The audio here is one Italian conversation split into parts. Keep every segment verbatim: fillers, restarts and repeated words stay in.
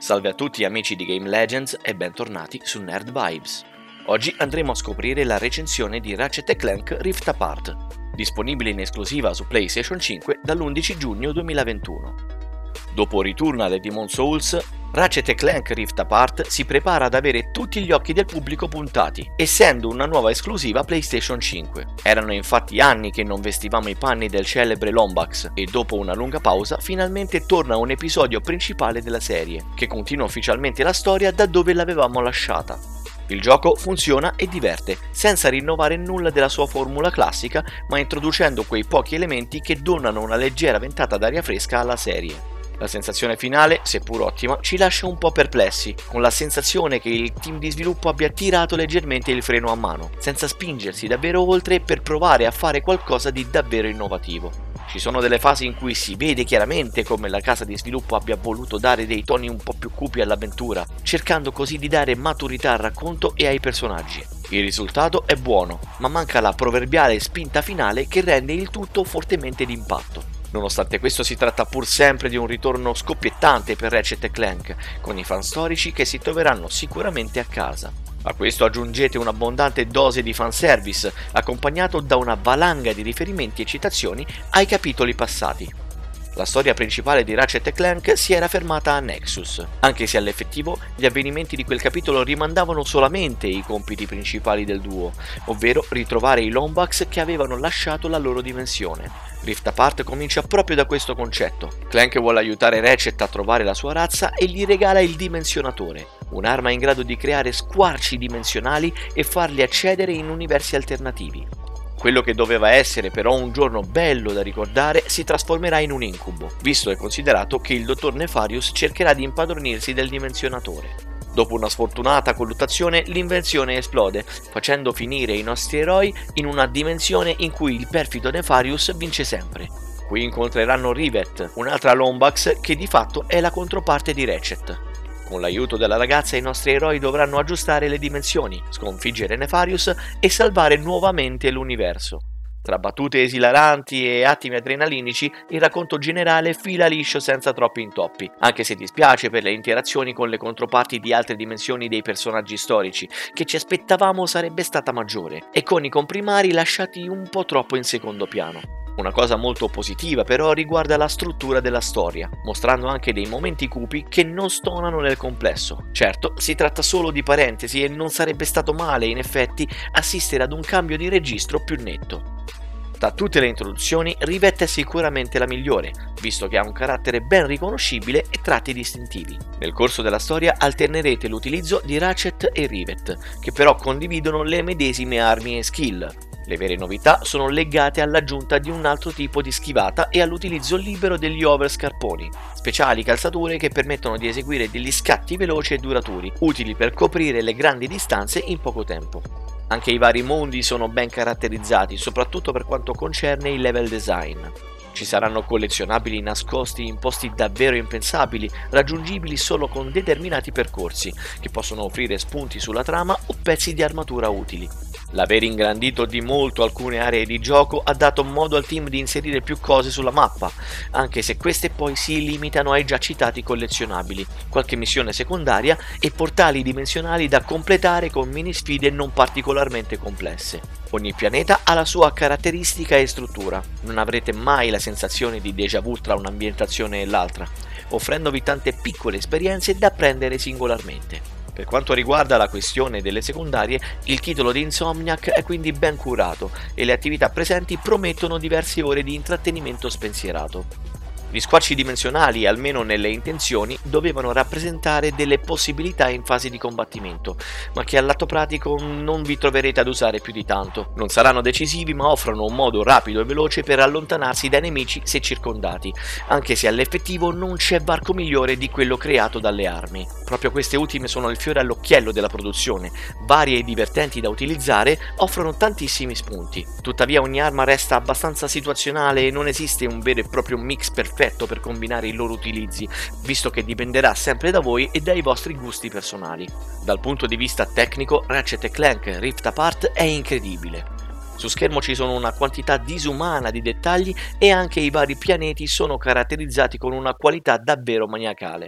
Salve a tutti amici di Game Legends e bentornati su Nerd Vibes. Oggi andremo a scoprire la recensione di Ratchet and Clank Rift Apart, disponibile in esclusiva su PlayStation cinque dall'undici giugno duemilaventuno. Dopo Returnal e Demon's Souls, Ratchet and Clank Rift Apart si prepara ad avere tutti gli occhi del pubblico puntati, essendo una nuova esclusiva PlayStation cinque. Erano infatti anni che non vestivamo i panni del celebre Lombax e dopo una lunga pausa finalmente torna un episodio principale della serie, che continua ufficialmente la storia da dove l'avevamo lasciata. Il gioco funziona e diverte, senza rinnovare nulla della sua formula classica, ma introducendo quei pochi elementi che donano una leggera ventata d'aria fresca alla serie. La sensazione finale, seppur ottima, ci lascia un po' perplessi, con la sensazione che il team di sviluppo abbia tirato leggermente il freno a mano, senza spingersi davvero oltre per provare a fare qualcosa di davvero innovativo. Ci sono delle fasi in cui si vede chiaramente come la casa di sviluppo abbia voluto dare dei toni un po' più cupi all'avventura, cercando così di dare maturità al racconto e ai personaggi. Il risultato è buono, ma manca la proverbiale spinta finale che rende il tutto fortemente d'impatto. Nonostante questo si tratta pur sempre di un ritorno scoppiettante per Ratchet and Clank, con i fan storici che si troveranno sicuramente a casa. A questo aggiungete un'abbondante dose di fanservice, accompagnato da una valanga di riferimenti e citazioni ai capitoli passati. La storia principale di Ratchet and Clank si era fermata a Nexus, anche se all'effettivo gli avvenimenti di quel capitolo rimandavano solamente i compiti principali del duo, ovvero ritrovare i Lombax che avevano lasciato la loro dimensione. Rift Apart comincia proprio da questo concetto. Clank vuole aiutare Ratchet a trovare la sua razza e gli regala il Dimensionatore, un'arma in grado di creare squarci dimensionali e farli accedere in universi alternativi. Quello che doveva essere però un giorno bello da ricordare si trasformerà in un incubo, visto e considerato che il dottor Nefarious cercherà di impadronirsi del Dimensionatore. Dopo una sfortunata colluttazione, l'invenzione esplode, facendo finire i nostri eroi in una dimensione in cui il perfido Nefarious vince sempre. Qui incontreranno Rivet, un'altra Lombax che di fatto è la controparte di Ratchet. Con l'aiuto della ragazza i nostri eroi dovranno aggiustare le dimensioni, sconfiggere Nefarious e salvare nuovamente l'universo. Tra battute esilaranti e attimi adrenalinici, il racconto generale fila liscio senza troppi intoppi, anche se dispiace per le interazioni con le controparti di altre dimensioni dei personaggi storici, che ci aspettavamo sarebbe stata maggiore, e con i comprimari lasciati un po' troppo in secondo piano. Una cosa molto positiva però riguarda la struttura della storia, mostrando anche dei momenti cupi che non stonano nel complesso. Certo, si tratta solo di parentesi e non sarebbe stato male in effetti assistere ad un cambio di registro più netto. Tra tutte le introduzioni, Rivet è sicuramente la migliore, visto che ha un carattere ben riconoscibile e tratti distintivi. Nel corso della storia alternerete l'utilizzo di Ratchet e Rivet, che però condividono le medesime armi e skill. Le vere novità sono legate all'aggiunta di un altro tipo di schivata e all'utilizzo libero degli overscarponi, speciali calzature che permettono di eseguire degli scatti veloci e duraturi, utili per coprire le grandi distanze in poco tempo. Anche i vari mondi sono ben caratterizzati, soprattutto per quanto concerne il level design. Ci saranno collezionabili nascosti in posti davvero impensabili, raggiungibili solo con determinati percorsi, che possono offrire spunti sulla trama o pezzi di armatura utili. L'aver ingrandito di molto alcune aree di gioco ha dato modo al team di inserire più cose sulla mappa, anche se queste poi si limitano ai già citati collezionabili, qualche missione secondaria e portali dimensionali da completare con mini sfide non particolarmente complesse. Ogni pianeta ha la sua caratteristica e struttura, non avrete mai la sensazione di déjà vu tra un'ambientazione e l'altra, offrendovi tante piccole esperienze da prendere singolarmente. Per quanto riguarda la questione delle secondarie, il titolo di Insomniac è quindi ben curato e le attività presenti promettono diverse ore di intrattenimento spensierato. Gli squarci dimensionali, almeno nelle intenzioni, dovevano rappresentare delle possibilità in fase di combattimento, ma che al lato pratico non vi troverete ad usare più di tanto. Non saranno decisivi, ma offrono un modo rapido e veloce per allontanarsi dai nemici se circondati, anche se all'effettivo non c'è varco migliore di quello creato dalle armi. Proprio queste ultime sono il fiore all'occhiello della produzione, varie e divertenti da utilizzare, offrono tantissimi spunti. Tuttavia ogni arma resta abbastanza situazionale e non esiste un vero e proprio mix perfetto per combinare i loro utilizzi, visto che dipenderà sempre da voi e dai vostri gusti personali. Dal punto di vista tecnico, Ratchet and Clank Rift Apart è incredibile. Su schermo ci sono una quantità disumana di dettagli e anche i vari pianeti sono caratterizzati con una qualità davvero maniacale.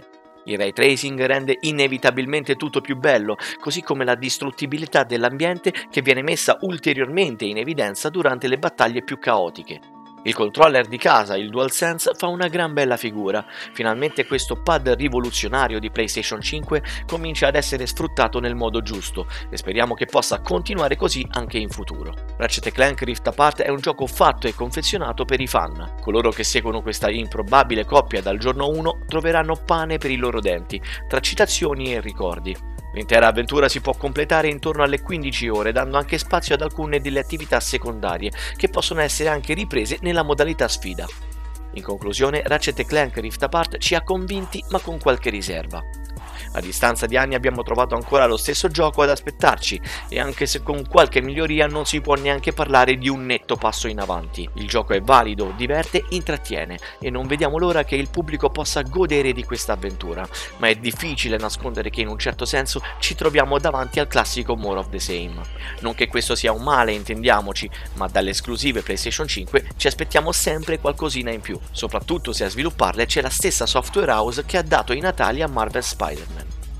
Il ray tracing rende inevitabilmente tutto più bello, così come la distruttibilità dell'ambiente che viene messa ulteriormente in evidenza durante le battaglie più caotiche. Il controller di casa, il DualSense, fa una gran bella figura. Finalmente questo pad rivoluzionario di PlayStation cinque comincia ad essere sfruttato nel modo giusto e speriamo che possa continuare così anche in futuro. Ratchet and Clank Rift Apart è un gioco fatto e confezionato per i fan. Coloro che seguono questa improbabile coppia dal giorno uno troveranno pane per i loro denti, tra citazioni e ricordi. L'intera avventura si può completare intorno alle quindici ore, dando anche spazio ad alcune delle attività secondarie, che possono essere anche riprese nella modalità sfida. In conclusione, Ratchet and Clank Rift Apart ci ha convinti, ma con qualche riserva. A distanza di anni abbiamo trovato ancora lo stesso gioco ad aspettarci, e anche se con qualche miglioria non si può neanche parlare di un netto passo in avanti. Il gioco è valido, diverte, intrattiene, e non vediamo l'ora che il pubblico possa godere di questa avventura, ma è difficile nascondere che in un certo senso ci troviamo davanti al classico more of the same. Non che questo sia un male, intendiamoci, ma dalle esclusive PlayStation cinque ci aspettiamo sempre qualcosina in più, soprattutto se a svilupparle c'è la stessa software house che ha dato i natali a Marvel Spider-Man.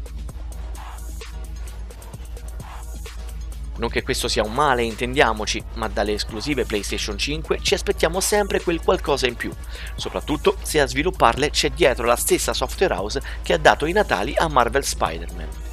Non che questo sia un male, intendiamoci, ma dalle esclusive PlayStation cinque ci aspettiamo sempre quel qualcosa in più, soprattutto se a svilupparle c'è dietro la stessa software house che ha dato i natali a Marvel Spider-Man.